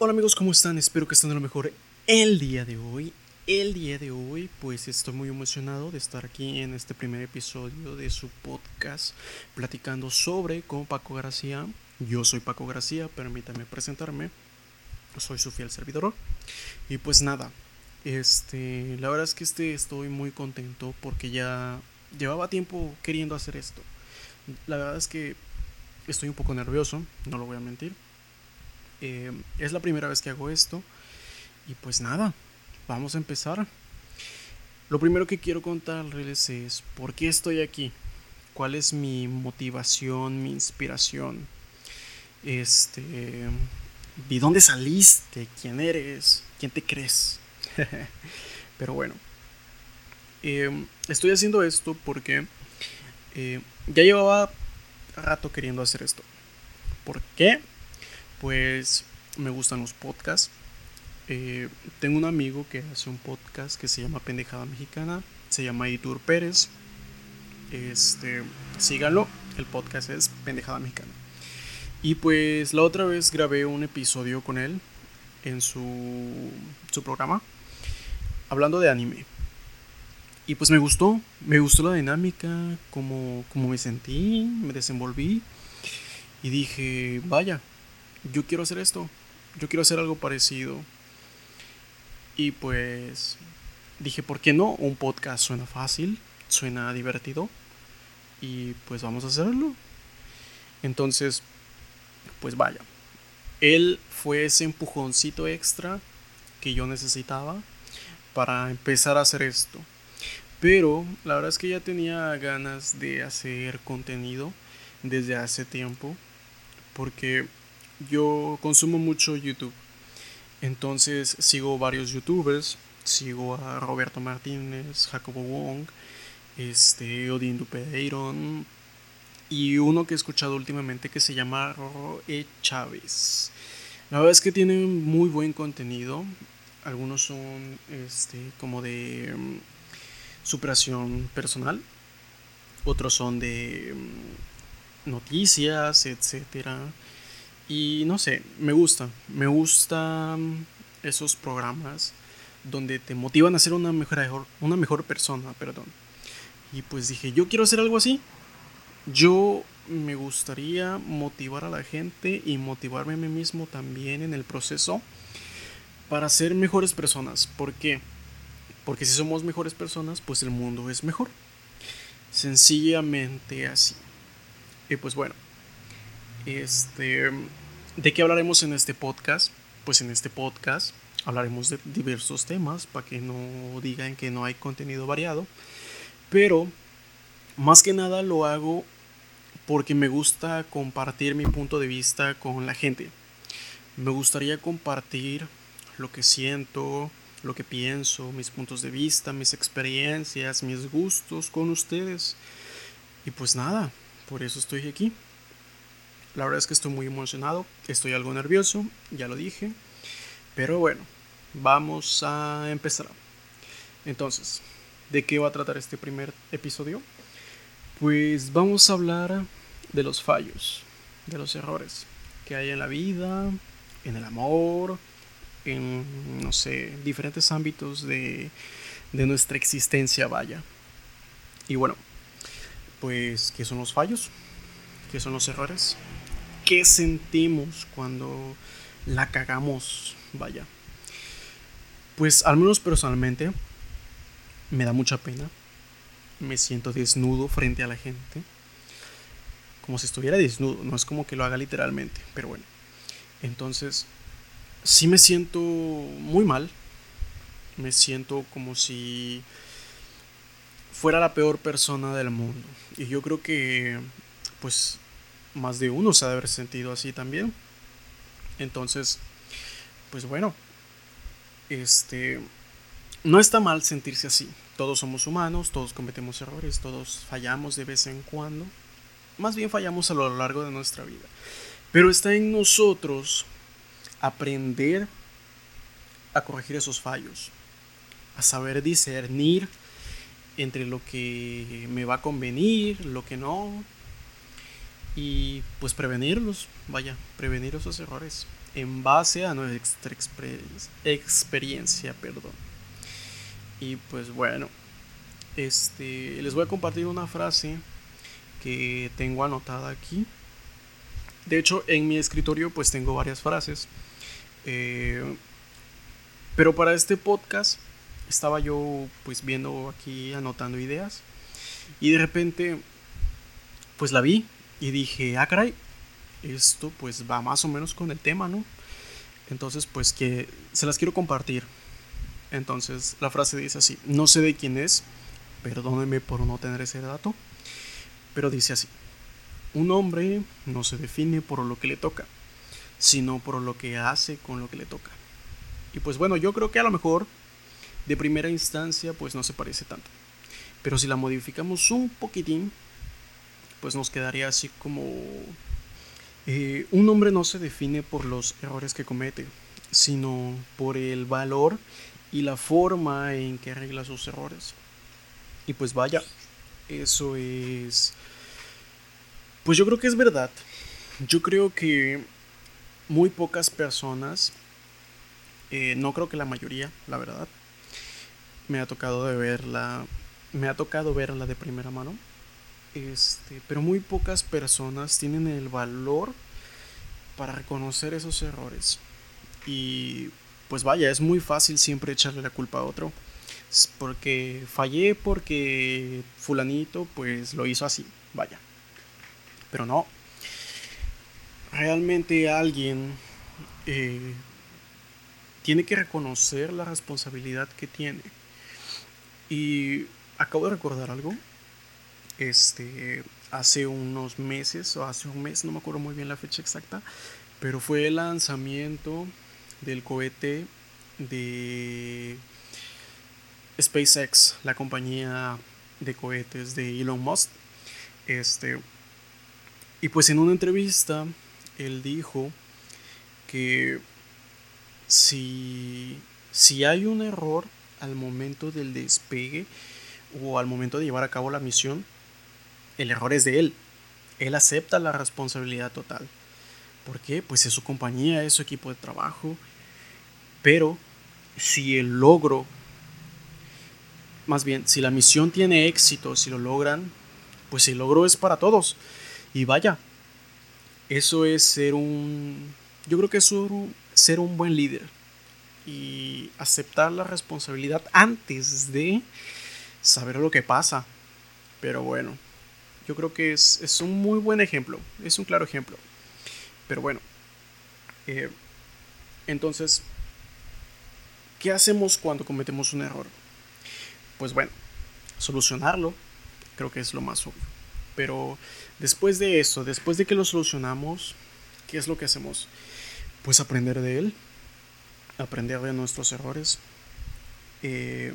Hola amigos, ¿cómo están? Espero que estén de lo mejor el día de hoy. El día de hoy, pues estoy muy emocionado de estar aquí en este primer episodio de su podcast, platicando sobre con Paco García. Yo soy Paco García, permítame presentarme. Soy su fiel servidor. Y pues nada, la verdad es que estoy muy contento porque ya llevaba tiempo queriendo hacer esto. La verdad es que estoy un poco nervioso, no lo voy a mentir. Es la primera vez que hago esto. Y pues nada, vamos a empezar. Lo primero que quiero contarles es por qué estoy aquí, cuál es mi motivación, mi inspiración. Este, ¿De dónde saliste? ¿Quién eres? ¿Quién te crees? Pero bueno, estoy haciendo esto porque ya llevaba rato queriendo hacer esto. ¿Por qué? Pues me gustan los podcasts. Eh, Tengo un amigo que hace un podcast que se llama Pendejada Mexicana. Se llama Itur Pérez. Este, Síganlo. El podcast es Pendejada Mexicana. Y pues la otra vez grabé un episodio con él en su programa hablando de anime. Y pues me gustó la dinámica, como me sentí, me desenvolví y dije, vaya, yo quiero hacer esto, yo quiero hacer algo parecido. Y pues dije, ¿por qué no? Un podcast suena fácil, suena divertido y pues vamos a hacerlo. Entonces, pues vaya, él fue ese empujoncito extra que yo necesitaba para empezar a hacer esto. Pero la verdad es que ya tenía ganas de hacer contenido desde hace tiempo porque yo consumo mucho YouTube. Entonces sigo varios youtubers, sigo a Roberto Martínez, Jacobo Wong, Odin Dupeyron y uno que he escuchado últimamente que se llama Roro E. Chávez. La verdad es que tienen muy buen contenido. Algunos son como de superación personal, otros son de noticias, etcétera. Y no sé, me gustan esos programas donde te motivan a ser una mejor persona, perdón. Y pues dije, yo quiero hacer algo así. Yo me gustaría motivar a la gente y motivarme a mí mismo también en el proceso para ser mejores personas. ¿Por qué? Porque si somos mejores personas, pues el mundo es mejor. Sencillamente así. Y pues bueno, ¿de qué hablaremos en este podcast? Pues en este podcast hablaremos de diversos temas para que no digan que no hay contenido variado. Pero más que nada lo hago porque me gusta compartir mi punto de vista con la gente. Me gustaría compartir lo que siento, lo que pienso, mis puntos de vista, mis experiencias, mis gustos con ustedes. Y pues nada, por eso estoy aquí. La verdad es que estoy muy emocionado, estoy algo nervioso, ya lo dije. Pero bueno, vamos a empezar. Entonces, ¿de qué va a tratar este primer episodio? Pues vamos a hablar de los fallos, de los errores que hay en la vida, en el amor, en, no sé, diferentes ámbitos de nuestra existencia, vaya. Y bueno, pues, ¿qué son los fallos? ¿Qué son los errores? ¿Qué sentimos cuando la cagamos? Vaya. Pues al menos personalmente me da mucha pena. Me siento desnudo frente a la gente. Como si estuviera desnudo. No es como que lo haga literalmente. Pero bueno. Entonces, sí me siento muy mal. Me siento como si fuera la peor persona del mundo. Y yo creo que, pues, más de uno se ha de haber sentido así también. Entonces, pues bueno, este, no está mal sentirse así. Todos somos humanos, todos cometemos errores, todos fallamos de vez en cuando. Más bien fallamos a lo largo de nuestra vida. Pero está en nosotros aprender a corregir esos fallos, a saber discernir entre lo que me va a convenir, lo que no. y pues prevenirlos, prevenir esos errores en base a nuestra experiencia, perdón. Y pues bueno, les voy a compartir una frase que tengo anotada aquí. De hecho, en mi escritorio pues tengo varias frases. Pero para este podcast estaba yo pues viendo aquí, anotando ideas. Y de repente pues la vi y dije, ah caray, esto pues va más o menos con el tema, ¿no? Entonces pues que se las quiero compartir. Entonces la frase dice así, no sé de quién es, perdónenme por no tener ese dato, pero dice así, un hombre no se define por lo que le toca, sino por lo que hace con lo que le toca. Y pues bueno, yo creo que a lo mejor de primera instancia pues no se parece tanto, pero si la modificamos un poquitín, pues nos quedaría así como un hombre no se define por los errores que comete, sino por el valor y la forma en que arregla sus errores. Y pues vaya, eso es... Pues yo creo que es verdad. Yo creo que muy pocas personas, no creo que la mayoría, la verdad, me ha tocado verla de primera mano. Pero muy pocas personas tienen el valor para reconocer esos errores. Y pues vaya, es muy fácil siempre echarle la culpa a otro. Porque fallé, porque fulanito pues lo hizo así, vaya. Pero no, realmente alguien eh, tiene que reconocer la responsabilidad que tiene. Y acabo de recordar algo. Hace unos meses, o hace un mes, no me acuerdo muy bien la fecha exacta, pero fue el lanzamiento del cohete de SpaceX, la compañía de cohetes de Elon Musk. Este, y pues en una entrevista él dijo que si hay un error al momento del despegue o al momento de llevar a cabo la misión, el error es de él. Él acepta la responsabilidad total. ¿Por qué? Pues es su compañía, es su equipo de trabajo. Pero si el logro, más bien, si la misión tiene éxito, si lo logran, pues el logro es para todos. Y vaya, eso es yo creo que es ser un buen líder. Y aceptar la responsabilidad antes de saber lo que pasa. Pero bueno, yo creo que es un muy buen ejemplo, es un claro ejemplo. Pero bueno, eh, entonces, ¿qué hacemos cuando cometemos un error? Pues bueno, solucionarlo, creo que es lo más obvio. Pero después de eso, después de que lo solucionamos, ¿qué es lo que hacemos? Pues aprender de él, aprender de nuestros errores. Eh,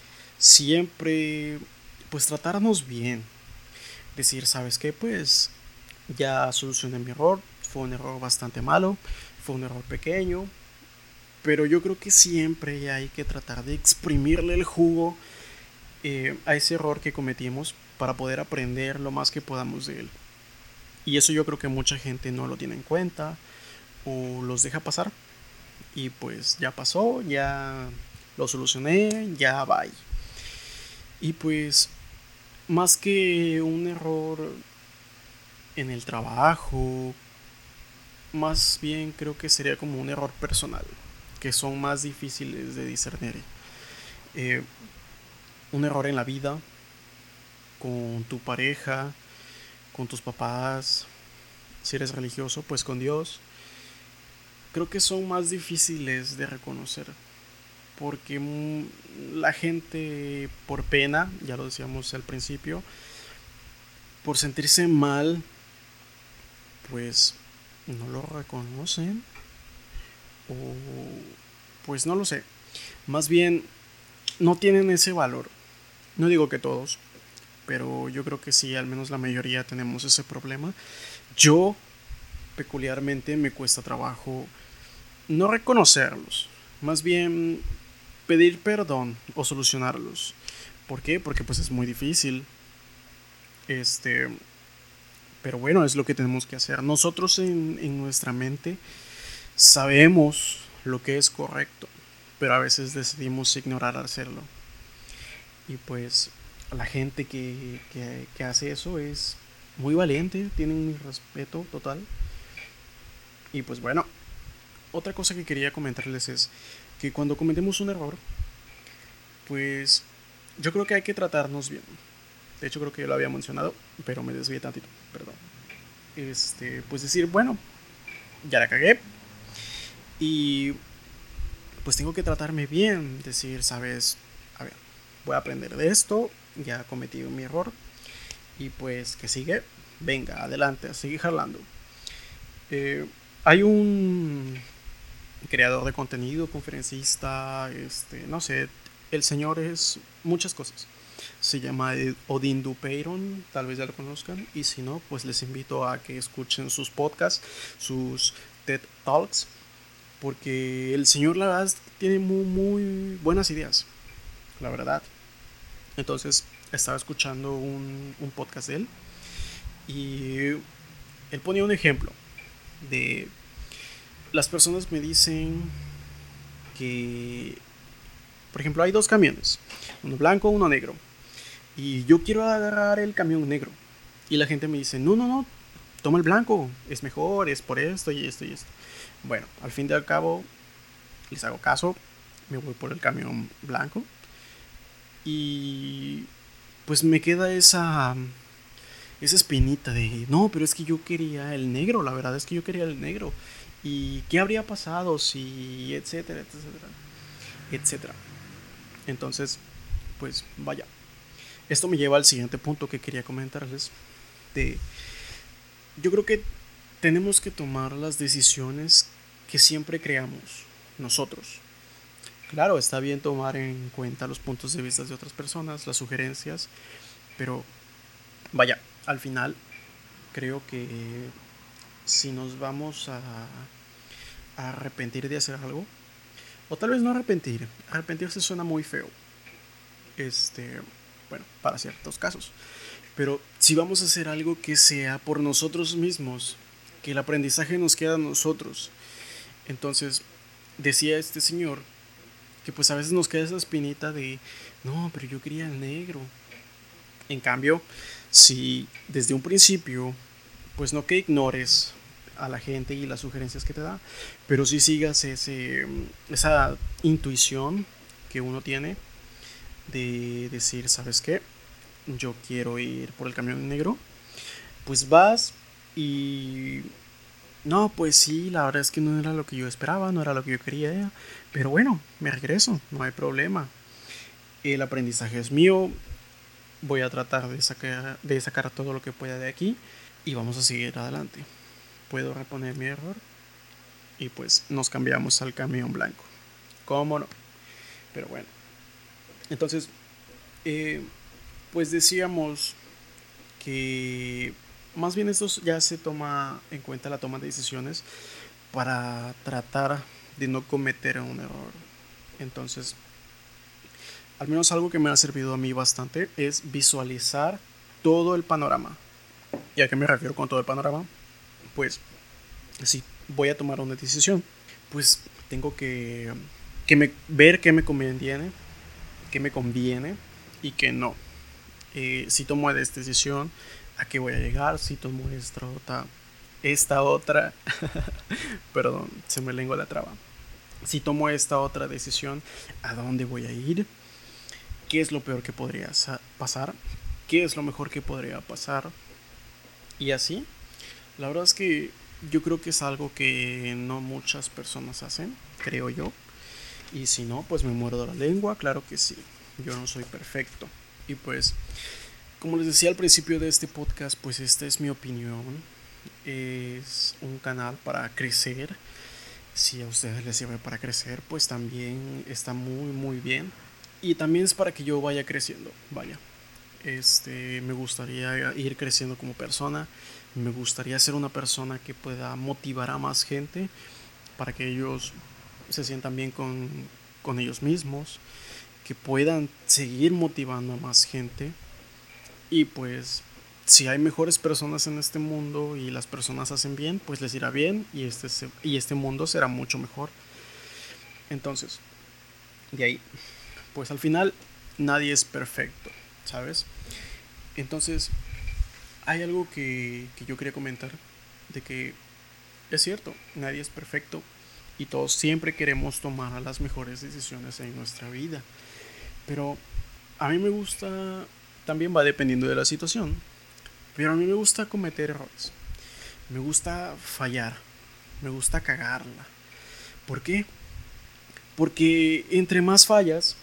Siempre, pues tratarnos bien. Decir, ¿sabes qué? Pues ya solucioné mi error, fue un error bastante malo, fue un error pequeño, pero yo creo que siempre hay que tratar de exprimirle el jugo a ese error que cometimos para poder aprender lo más que podamos de él. Y eso yo creo que mucha gente no lo tiene en cuenta o los deja pasar. Y pues ya pasó, ya lo solucioné, ya bye. Y pues más que un error en el trabajo, más bien creo que sería como un error personal, que son más difíciles de discernir. Eh, un error en la vida, con tu pareja, con tus papás, si eres religioso, pues con Dios. Creo que son más difíciles de reconocer, porque la gente por pena, ya lo decíamos al principio, por sentirse mal, pues no lo reconocen o pues no lo sé. Más bien no tienen ese valor. No digo que todos, pero yo creo que sí, al menos la mayoría tenemos ese problema. Yo peculiarmente me cuesta trabajo no reconocerlos, más bien pedir perdón o solucionarlos. ¿Por qué? Porque pues es muy difícil. Este, Pero bueno, es lo que tenemos que hacer. Nosotros en nuestra mente sabemos lo que es correcto, pero a veces decidimos ignorar hacerlo. Y pues la gente que hace eso es muy valiente, tienen mi respeto total. Y pues bueno, otra cosa que quería comentarles es que cuando cometemos un error, pues yo creo que hay que tratarnos bien. De hecho creo que yo lo había mencionado, pero me desvié tantito, perdón. Pues decir, bueno, ya la cagué y pues tengo que tratarme bien, decir, sabes, a ver, voy a aprender de esto, ya he cometido mi error y pues que sigue, venga, adelante, a seguir jalando. Eh, Hay un creador de contenido, conferencista, no sé, el señor es muchas cosas. Se llama Odin Dupeyron, tal vez ya lo conozcan, y si no, pues les invito a que escuchen sus podcasts, sus TED Talks, porque el señor la verdad tiene muy buenas ideas, la verdad. Entonces estaba escuchando un podcast de él y él ponía un ejemplo de las personas me dicen que, por ejemplo, hay dos camiones, uno blanco, uno negro, y yo quiero agarrar el camión negro. Y la gente me dice, no, toma el blanco, es mejor, es por esto y esto y esto. Bueno, al fin y al cabo, les hago caso, me voy por el camión blanco. Y pues me queda esa espinita de, no, pero es que yo quería el negro, la verdad es que yo quería el negro. ¿Y qué habría pasado si, etcétera, etcétera, etcétera? Entonces, pues vaya. Esto me lleva al siguiente punto que quería comentarles. De, yo creo que tenemos que tomar las decisiones que siempre creamos nosotros. Claro, está bien tomar en cuenta los puntos de vista de otras personas, las sugerencias, pero vaya, al final creo que si nos vamos a arrepentir de hacer algo, o tal vez no arrepentir, arrepentirse suena muy feo, bueno, para ciertos casos, pero si vamos a hacer algo que sea por nosotros mismos, que el aprendizaje nos queda a nosotros, entonces decía este señor que pues a veces nos queda esa espinita de, no, pero yo quería el negro. En cambio, si desde un principio, pues no que ignores a la gente y las sugerencias que te da, pero si sigas esa intuición que uno tiene de decir, ¿sabes qué? Yo quiero ir por el camión negro, pues vas y no, pues sí, la verdad es que no era lo que yo esperaba, no era lo que yo quería, pero bueno, me regreso, no hay problema. El aprendizaje es mío, voy a tratar de sacar todo lo que pueda de aquí y vamos a seguir adelante. Puedo reponer mi error y pues nos cambiamos al camión blanco. ¿Cómo no? Pero bueno, entonces, eh, pues decíamos que más bien esto ya se toma en cuenta la toma de decisiones para tratar de no cometer un error. Entonces, al menos algo que me ha servido a mí bastante es visualizar todo el panorama. ¿Y a qué me refiero con todo el panorama? Pues si voy a tomar una decisión, pues tengo ver qué me conviene, qué me conviene y qué no. Si tomo esta decisión, ¿a qué voy a llegar? Si tomo esta otra, perdón, se me lengua la traba. Si tomo esta otra decisión, ¿a dónde voy a ir? ¿Qué es lo peor que podría pasar? ¿Qué es lo mejor que podría pasar? Y así, la verdad es que yo creo que es algo que no muchas personas hacen, creo yo. Y si no, pues me muerdo la lengua, claro que sí. Yo no soy perfecto. Y pues, como les decía al principio de este podcast, pues esta es mi opinión. Es un canal para crecer. Si a ustedes les sirve para crecer, pues también está muy bien. Y también es para que yo vaya creciendo, vaya. Me gustaría ir creciendo como persona. Me gustaría ser una persona que pueda motivar a más gente para que ellos se sientan bien con ellos mismos, que puedan seguir motivando a más gente y pues si hay mejores personas en este mundo y las personas hacen bien, pues les irá bien y este mundo será mucho mejor. Entonces, de ahí, pues al final nadie es perfecto, ¿sabes? Entonces, hay algo que yo quería comentar, de que es cierto, nadie es perfecto y todos siempre queremos tomar las mejores decisiones en nuestra vida. Pero a mí me gusta, también va dependiendo de la situación, pero a mí me gusta cometer errores, me gusta fallar, me gusta cagarla. ¿Por qué? Porque entre más fallas,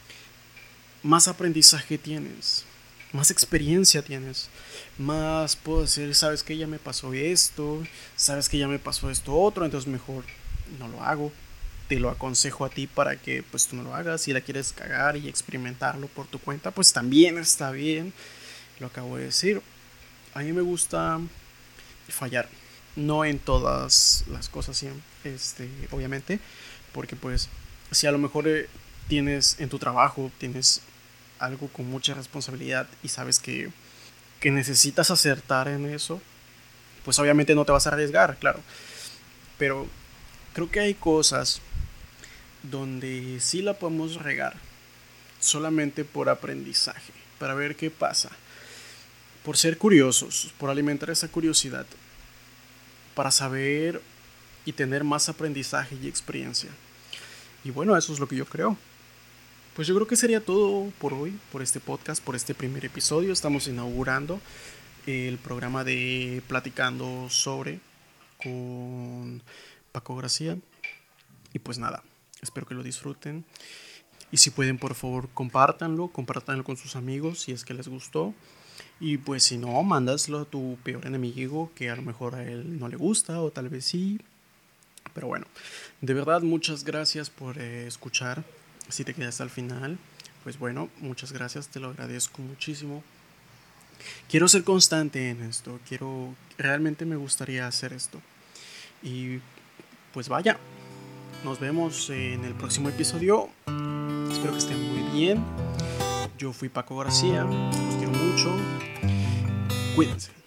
más aprendizaje tienes, más experiencia tienes, más puedo decir, sabes que ya me pasó esto, sabes que ya me pasó esto otro, entonces mejor no lo hago. Te lo aconsejo a ti para que pues tú no lo hagas. Si la quieres cagar y experimentarlo por tu cuenta, pues también está bien. Lo acabo de decir. A mí me gusta fallar, no en todas las cosas, obviamente, porque pues si a lo mejor tienes en tu trabajo, tienes algo con mucha responsabilidad y sabes que necesitas acertar en eso, pues obviamente no te vas a arriesgar, claro. Pero creo que hay cosas donde sí la podemos regar solamente por aprendizaje, para ver qué pasa, por ser curiosos, por alimentar esa curiosidad, para saber y tener más aprendizaje y experiencia. Y bueno, eso es lo que yo creo. Pues yo creo que sería todo por hoy, por este podcast, por este primer episodio. Estamos inaugurando el programa de Platicando sobre con Paco García. Y pues nada, espero que lo disfruten. Y si pueden, por favor, compártanlo con sus amigos si es que les gustó. Y pues si no, mándaslo a tu peor enemigo que a lo mejor a él no le gusta o tal vez sí. Pero bueno, de verdad muchas gracias por escuchar. Si te quedaste al final, pues bueno, muchas gracias, te lo agradezco muchísimo. Quiero ser constante en esto, realmente me gustaría hacer esto. Y pues vaya, nos vemos en el próximo episodio. Espero que estén muy bien. Yo fui Paco García, los quiero mucho. Cuídense.